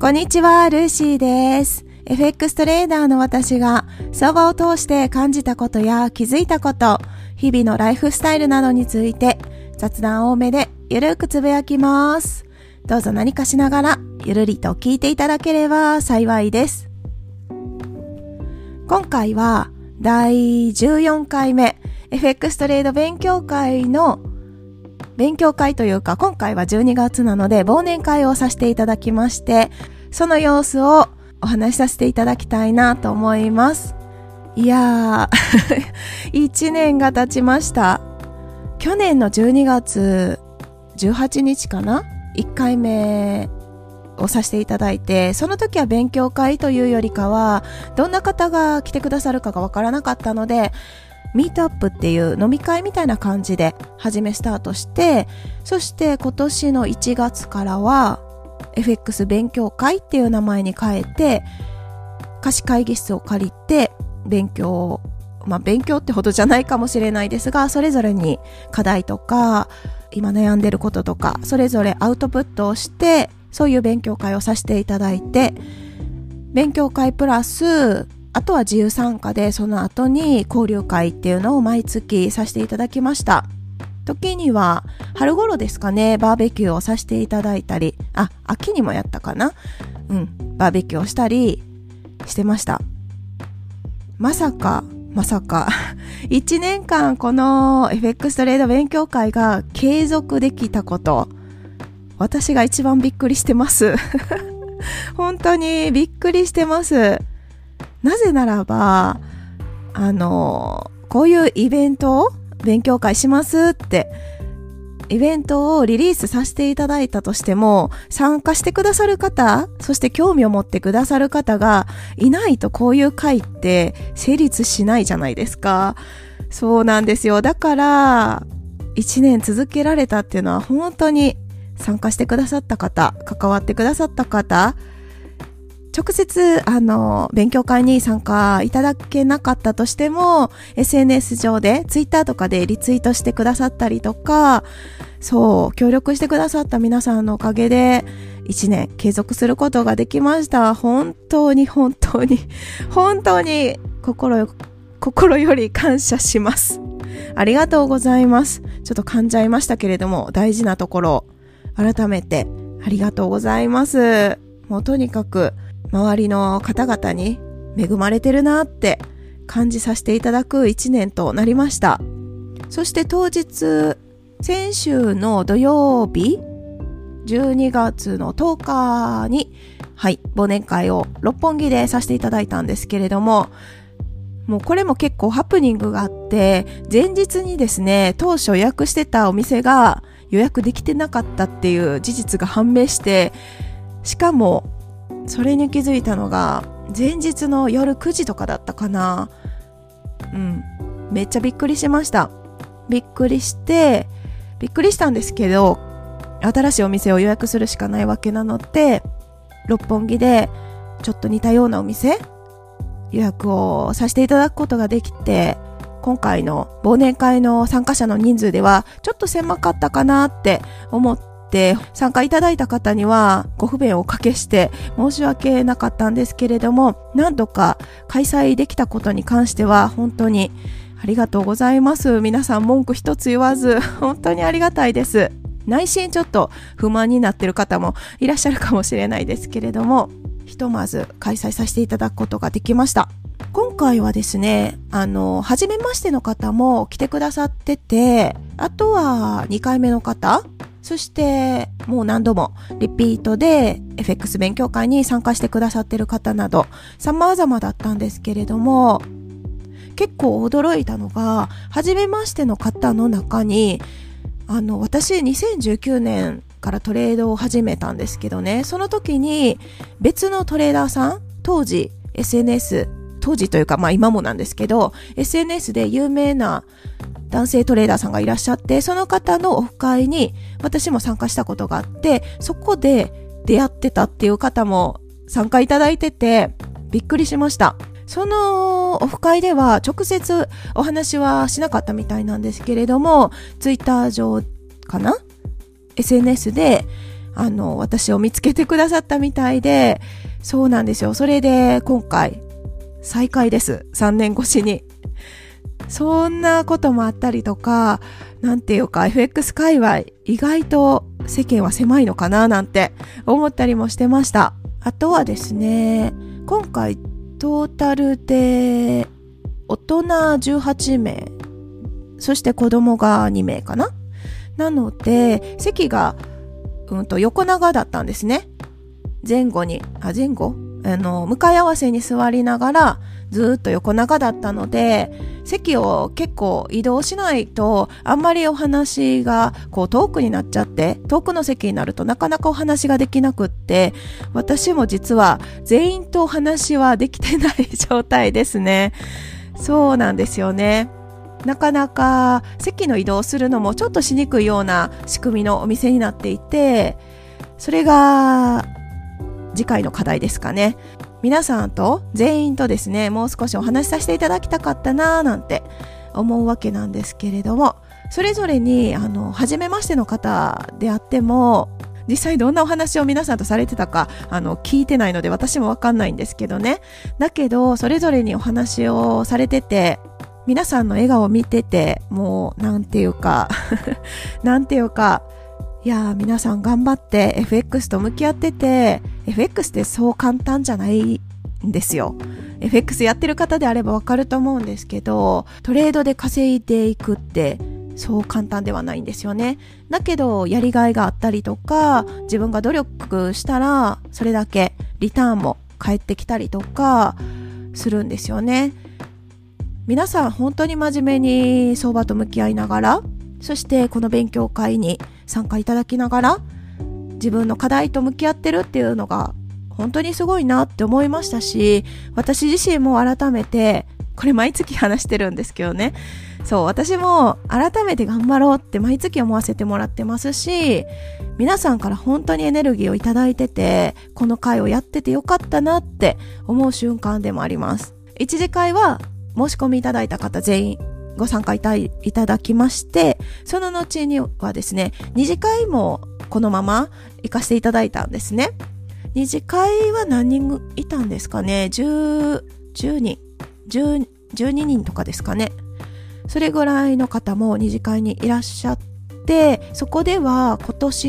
こんにちは、ルーシーです。FX トレーダーの私が相場を通して感じたことや気づいたこと、日々のライフスタイルなどについて雑談多めでゆるくつぶやきます。どうぞ何かしながらゆるりと聞いていただければ幸いです。今回は第14回目 FX トレード勉強会の勉強会というか、今回は12月なので忘年会をさせていただきまして、その様子をお話しさせていただきたいなと思います。いやー1年が経ちました。去年の12月18日かな、1回目をさせていただいて、その時は勉強会というよりかはどんな方が来てくださるかがわからなかったので、ミートアップっていう飲み会みたいな感じで初めスタートして、そして今年の1月からは FX 勉強会っていう名前に変えて、貸し会議室を借りて勉強ってほどじゃないかもしれないですが、それぞれに課題とか今悩んでることとかそれぞれアウトプットをして、そういう勉強会をさせていただいて、勉強会プラスあとは自由参加で、その後に交流会っていうのを毎月させていただきました。時には春頃ですかね、バーベキューをさせていただいたり、秋にもやったかな、バーベキューをしたりしてました。まさか1年間この FX トレード勉強会が継続できたこと、私が一番びっくりしてます本当にびっくりしてます。なぜならばこういうイベントを勉強会しますってイベントをリリースさせていただいたとしても、参加してくださる方、そして興味を持ってくださる方がいないと、こういう会って成立しないじゃないですか。そうなんですよ。だから1年続けられたっていうのは、本当に参加してくださった方、関わってくださった方、直接勉強会に参加いただけなかったとしても SNS 上でツイッターとかでリツイートしてくださったりとか、そう協力してくださった皆さんのおかげで1年継続することができました。本当に心より感謝します。ありがとうございます。ちょっと噛んじゃいましたけれども、大事なところ改めてありがとうございます。もうとにかく周りの方々に恵まれてるなって感じさせていただく1年となりました。そして当日、先週の土曜日12月の10日に忘年会を六本木でさせていただいたんですけれども、もうこれも結構ハプニングがあって、前日にですね、当初予約してたお店が予約できてなかったっていう事実が判明して、しかもそれに気づいたのが前日の夜9時とかだったかな。めっちゃびっくりしました。びっくりしたんですけど、新しいお店を予約するしかないわけなので、六本木でちょっと似たようなお店予約をさせていただくことができて、今回の忘年会の参加者の人数ではちょっと狭かったかなって思って、参加いただいた方にはご不便をおかけして申し訳なかったんですけれども、何度か開催できたことに関しては本当にありがとうございます。皆さん文句一つ言わず本当にありがたいです。内心ちょっと不満になっている方もいらっしゃるかもしれないですけれども、ひとまず開催させていただくことができました。今回はですね、初めましての方も来てくださってて、あとは2回目の方、そしてもう何度もリピートで FX 勉強会に参加してくださっている方など様々だったんですけれども、結構驚いたのが、初めましての方の中に私2019年からトレードを始めたんですけどね、その時に別のトレーダーさん、当時というか今もなんですけど SNS で有名な男性トレーダーさんがいらっしゃって、その方のオフ会に私も参加したことがあって、そこで出会ってたっていう方も参加いただいててびっくりしました。そのオフ会では直接お話はしなかったみたいなんですけれども、ツイッター上かな、 SNS で私を見つけてくださったみたいで、そうなんですよ。それで今回再会です。3年越しに。そんなこともあったりとか、なんていうか FX 界隈意外と世間は狭いのかななんて思ったりもしてました。あとはですね、今回トータルで大人18名、そして子供が2名かな。なので席が横長だったんですね。向かい合わせに座りながらずっと横長だったので、席を結構移動しないとあんまりお話が遠くになっちゃって、遠くの席になるとなかなかお話ができなくって、私も実は全員とお話はできてない状態ですね。そうなんですよね。なかなか席の移動するのもちょっとしにくいような仕組みのお店になっていて、それが次回の課題ですかね。皆さんと全員とですね、もう少しお話しさせていただきたかったななんて思うわけなんですけれども、それぞれに初めましての方であっても、実際どんなお話を皆さんとされてたか聞いてないので私もわかんないんですけどね。だけどそれぞれにお話をされてて、皆さんの笑顔を見てて、もうなんていうかいやー、皆さん頑張って FX と向き合ってて、FX ってそう簡単じゃないんですよ。FX やってる方であればわかると思うんですけど、トレードで稼いでいくってそう簡単ではないんですよね。だけどやりがいがあったりとか、自分が努力したらそれだけリターンも返ってきたりとかするんですよね。皆さん本当に真面目に相場と向き合いながら、そしてこの勉強会に参加いただきながら自分の課題と向き合ってるっていうのが本当にすごいなって思いましたし、私自身も改めて、これ毎月話してるんですけどね、そう、私も改めて頑張ろうって毎月思わせてもらってますし、皆さんから本当にエネルギーをいただいてて、この会をやっててよかったなって思う瞬間でもあります。一次会は申し込みいただいた方全員ご参加いただきまして、その後にはですね、二次会もこのまま行かせていただいたんですね。二次会は何人いたんですかね。12人とかですかね。それぐらいの方も二次会にいらっしゃって、そこでは今年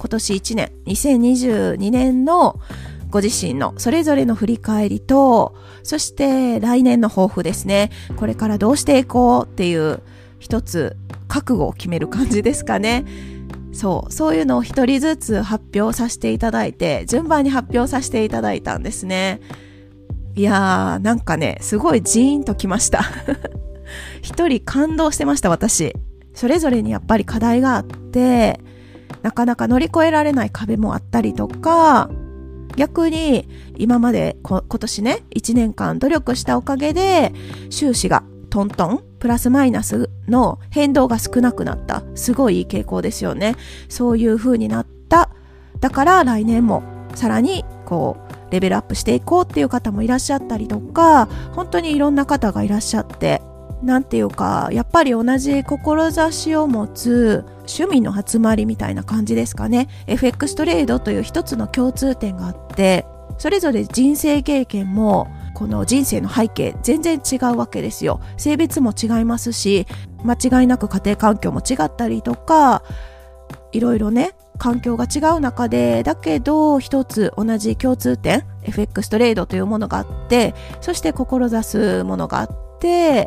1年2022年のご自身のそれぞれの振り返りと、そして来年の抱負ですね。これからどうしていこうっていう一つ覚悟を決める感じですかね。そういうのを一人ずつ発表させていただいて、順番に発表させていただいたんですね。いやー、なんかね、すごいジーンときました一人感動してました。私それぞれにやっぱり課題があって、なかなか乗り越えられない壁もあったりとか、逆に今まで今年ね1年間努力したおかげで収支がトントンプラスマイナスの変動が少なくなった、すごいいい傾向ですよね。そういう風になった。だから来年もさらにレベルアップしていこうっていう方もいらっしゃったりとか、本当にいろんな方がいらっしゃって、なんていうかやっぱり同じ志を持つ趣味の集まりみたいな感じですかね。 FX トレードという一つの共通点があって、それぞれ人生経験もこの人生の背景全然違うわけですよ。性別も違いますし、間違いなく家庭環境も違ったりとか、いろいろね環境が違う中で、だけど一つ同じ共通点 FX トレードというものがあって、そして志すものがあって、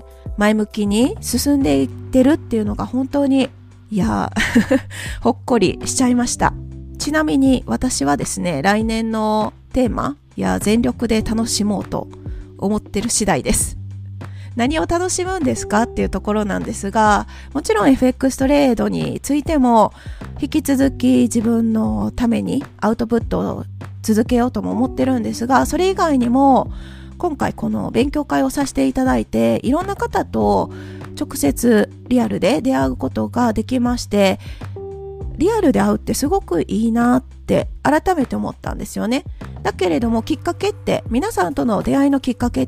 前向きに進んでいってるっていうのが本当にほっこりしちゃいました。ちなみに私はですね、来年のテーマ全力で楽しもうと思ってる次第です。何を楽しむんですかっていうところなんですが、もちろん FX トレードについても引き続き自分のためにアウトプットを続けようとも思ってるんですが、それ以外にも今回この勉強会をさせていただいて、いろんな方と直接リアルで出会うことができまして、 リアルで会うってすごくいいなって改めて思ったんですよね。だけれどもきっかけって、皆さんとの出会いのきっかけって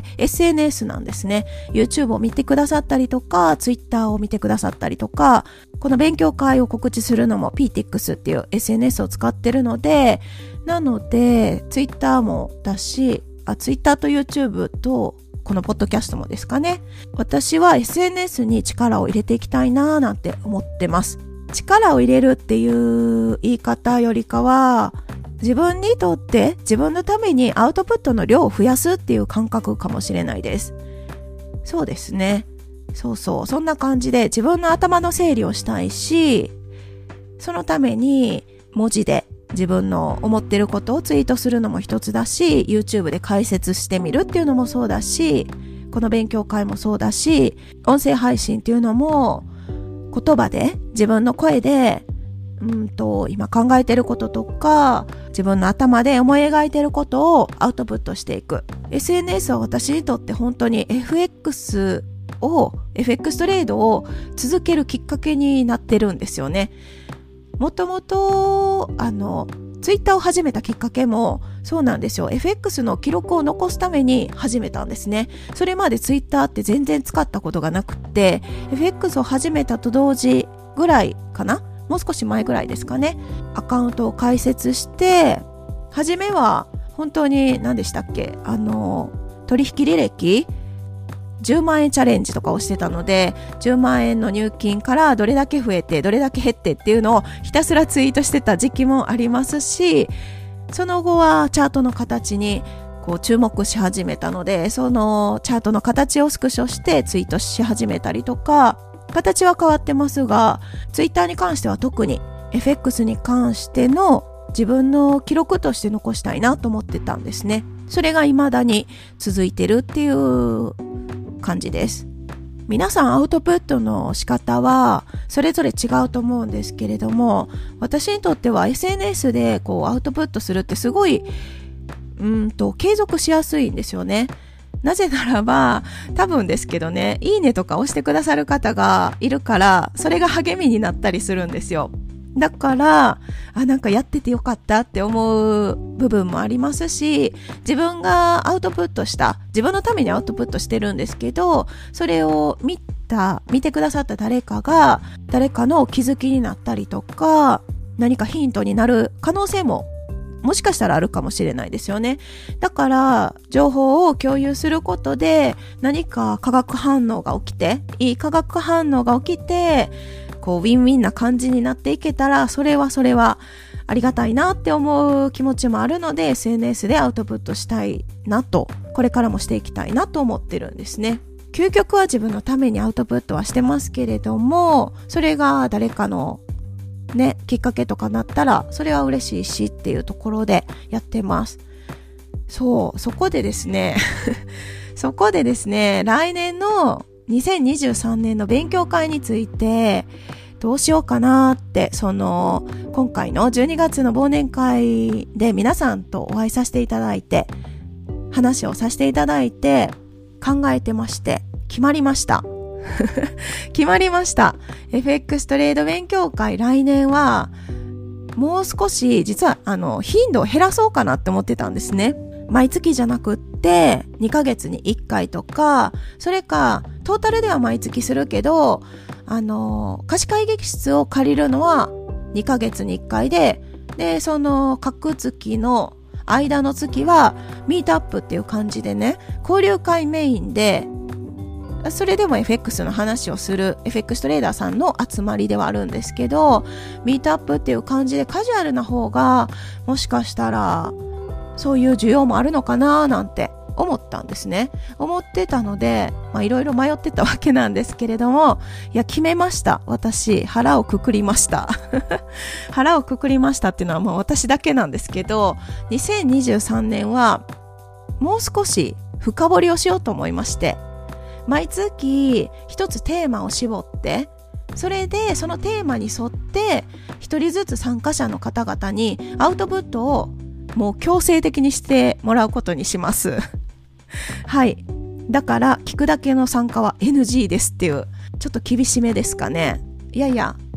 SNS なんですね。YouTube を見てくださったりとか Twitter を見てくださったりとか、この勉強会を告知するのも PTX っていう SNS を使ってるので、なので Twitter もだし、Twitter と YouTube とこのポッドキャストもですかね。私は SNS に力を入れていきたいなーなんて思ってます。力を入れるっていう言い方よりかは、自分にとって自分のためにアウトプットの量を増やすっていう感覚かもしれないです。そうですね。そんな感じで自分の頭の整理をしたいし、そのために文字で自分の思ってることをツイートするのも一つだし、 YouTube で解説してみるっていうのもそうだし、この勉強会もそうだし、音声配信っていうのも言葉で自分の声で今考えてることとか自分の頭で思い描いてることをアウトプットしていく。 SNS は私にとって本当に FX トレードを続けるきっかけになってるんですよね。もともとツイッターを始めたきっかけもそうなんですよ。 FX の記録を残すために始めたんですね。それまでツイッターって全然使ったことがなくって、 FX を始めたと同時ぐらいかな、もう少し前ぐらいですかね、アカウントを開設して、初めは本当に何でしたっけ、取引履歴10万円チャレンジとかをしてたので、10万円の入金からどれだけ増えてどれだけ減ってっていうのをひたすらツイートしてた時期もありますし、その後はチャートの形に注目し始めたので、そのチャートの形をスクショしてツイートし始めたりとか、形は変わってますが、ツイッターに関しては特に FX に関しての自分の記録として残したいなと思ってたんですね。それが未だに続いてるっていう感じです。皆さんアウトプットの仕方はそれぞれ違うと思うんですけれども、私にとっては SNS でアウトプットするってすごい継続しやすいんですよね。なぜならば、多分ですけどね、いいねとか押してくださる方がいるから、それが励みになったりするんですよ。だから、なんかやっててよかったって思う部分もありますし、自分がアウトプットした、自分のためにアウトプットしてるんですけど、それを見てくださった誰かの気づきになったりとか、何かヒントになる可能性ももしかしたらあるかもしれないですよね。だから情報を共有することで何か化学反応が起きて、いい化学反応が起きて、ウィンウィンな感じになっていけたら、それはありがたいなって思う気持ちもあるので、 SNS でアウトプットしたいなと、これからもしていきたいなと思ってるんですね。究極は自分のためにアウトプットはしてますけれども、それが誰かのきっかけとかなったらそれは嬉しいしっていうところでやってます。そこでですね来年の2023年の勉強会についてどうしようかなって、今回の12月の忘年会で皆さんとお会いさせていただいて、話をさせていただいて考えてまして、決まりましたFX トレード勉強会、来年はもう少し実は頻度を減らそうかなって思ってたんですね。毎月じゃなくって2ヶ月に1回とか、それかトータルでは毎月するけど貸し会議室を借りるのは2ヶ月に1回で、その各月の間の月はミートアップっていう感じでね、交流会メインで、それでも FX の話をする FX トレーダーさんの集まりではあるんですけど、ミートアップっていう感じでカジュアルな方がもしかしたらそういう需要もあるのかななんて思ったんですね。思ってたので、いろいろ迷ってたわけなんですけれども、決めました。私腹をくくりました腹をくくりましたっていうのは私だけなんですけど、2023年はもう少し深掘りをしようと思いまして、毎月一つテーマを絞って、それでそのテーマに沿って一人ずつ参加者の方々にアウトプットをもう強制的にしてもらうことにしますはい。だから聞くだけの参加は NG ですっていう、ちょっと厳しめですかね。いや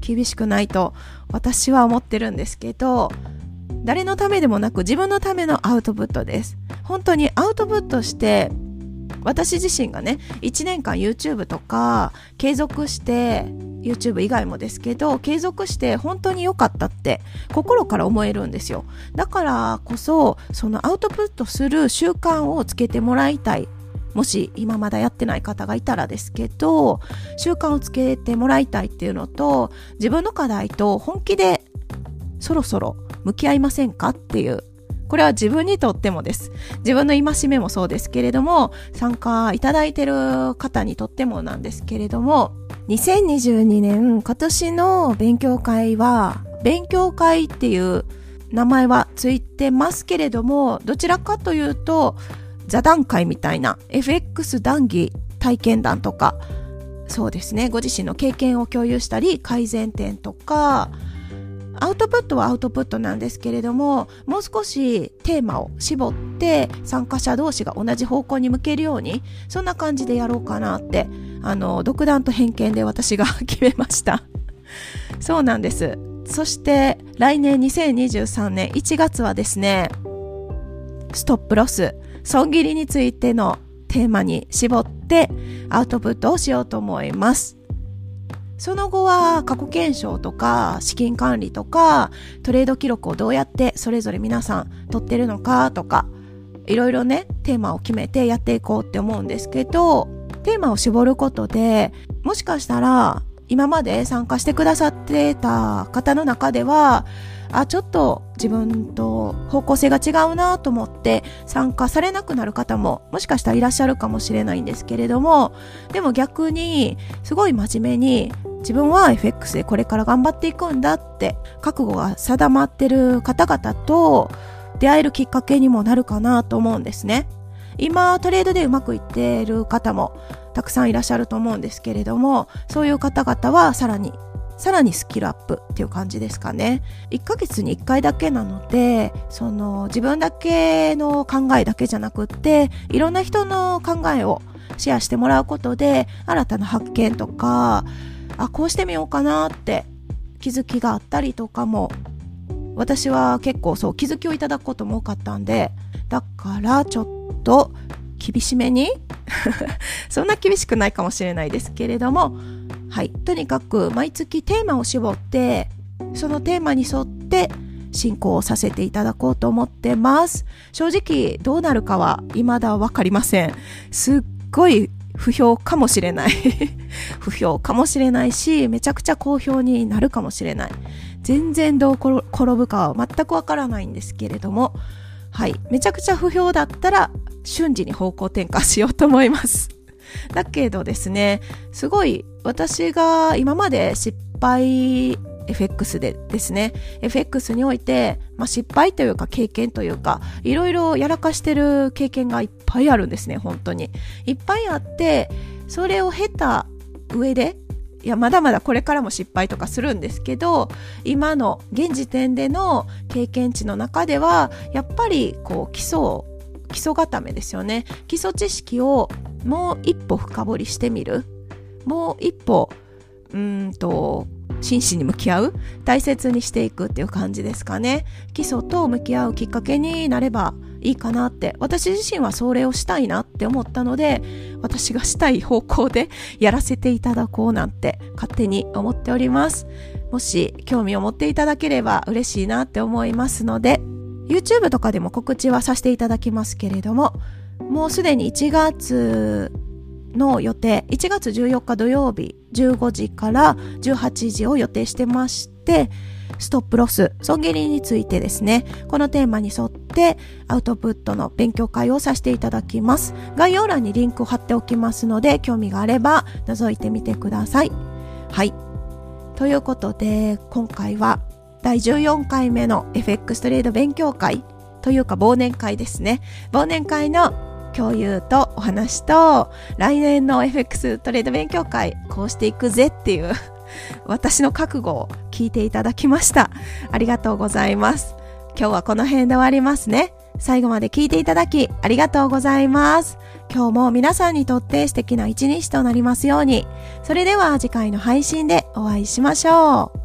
厳しくないと私は思ってるんですけど、誰のためでもなく自分のためのアウトプットです。本当にアウトプットして、私自身がね、1年間 YouTube とか継続して、YouTube 以外もですけど、継続して本当に良かったって心から思えるんですよ。だからこそ、そのアウトプットする習慣をつけてもらいたい。もし今まだやってない方がいたらですけど、習慣をつけてもらいたいっていうのと、自分の課題と本気でそろそろ向き合いませんかっていう、これは自分にとってもです。自分の戒めもそうですけれども、参加いただいている方にとってもなんですけれども、2022年今年の勉強会は、勉強会っていう名前はついてますけれども、どちらかというと座談会みたいな FX 談義体験談とか、そうですね、ご自身の経験を共有したり改善点とか、アウトプットはアウトプットなんですけれども、もう少しテーマを絞って参加者同士が同じ方向に向けるように、そんな感じでやろうかなって、独断と偏見で私が決めましたそうなんです。そして来年2023年1月はですね、ストップロス、損切りについてのテーマに絞ってアウトプットをしようと思います。その後は過去検証とか資金管理とかトレード記録をどうやってそれぞれ皆さん取ってるのかとか、いろいろね、テーマを決めてやっていこうって思うんですけど、テーマを絞ることで、もしかしたら今まで参加してくださってた方の中では、ちょっと自分と方向性が違うなと思って参加されなくなる方ももしかしたらいらっしゃるかもしれないんですけれども、でも逆にすごい真面目に自分は FX でこれから頑張っていくんだって覚悟が定まってる方々と出会えるきっかけにもなるかなと思うんですね。今トレードでうまくいっている方もたくさんいらっしゃると思うんですけれども、そういう方々はさらにスキルアップっていう感じですかね。1ヶ月に1回だけなので、自分だけの考えだけじゃなくって、いろんな人の考えをシェアしてもらうことで、新たな発見とか、こうしてみようかなって気づきがあったりとかも、私は結構そう気づきをいただくことも多かったんで、だからちょっと厳しめにそんな厳しくないかもしれないですけれども、はい、とにかく毎月テーマを絞って、そのテーマに沿って進行をさせていただこうと思ってます。正直どうなるかは未だわかりません。すっごい不評かもしれない不評かもしれないし、めちゃくちゃ好評になるかもしれない。全然どう転ぶかは全くわからないんですけれども、はい、めちゃくちゃ不評だったら瞬時に方向転換しようと思いますだけどですね、すごい私が今まで失敗 FX でですね、 FX において、失敗というか経験というか、いろいろやらかしてる経験がいっぱいあるんですね。本当にいっぱいあって、それを経た上で、まだまだこれからも失敗とかするんですけど、今の現時点での経験値の中ではやっぱりこう基礎固めですよね。基礎知識をもう一歩深掘りしてみる、もう一歩真摯に向き合う、大切にしていくっていう感じですかね。基礎と向き合うきっかけになればいいかなって、私自身はそれをしたいなって思ったので、私がしたい方向でやらせていただこうなんて勝手に思っております。もし興味を持っていただければ嬉しいなって思いますので、 YouTube とかでも告知はさせていただきますけれども、もうすでに1月の予定、1月14日土曜日15時から18時を予定してまして、ストップロス、損切りについてですね、このテーマに沿ってアウトプットの勉強会をさせていただきます。概要欄にリンクを貼っておきますので、興味があれば覗いてみてください。はい、ということで今回は第14回目の FX トレード勉強会というか忘年会ですね。忘年会の共有とお話と、来年の FX トレード勉強会こうしていくぜっていう私の覚悟を聞いていただきました。ありがとうございます。今日はこの辺で終わりますね。 最後まで聞いていただきありがとうございます。今日も皆さんにとって素敵な一日となりますように。それでは次回の配信でお会いしましょう。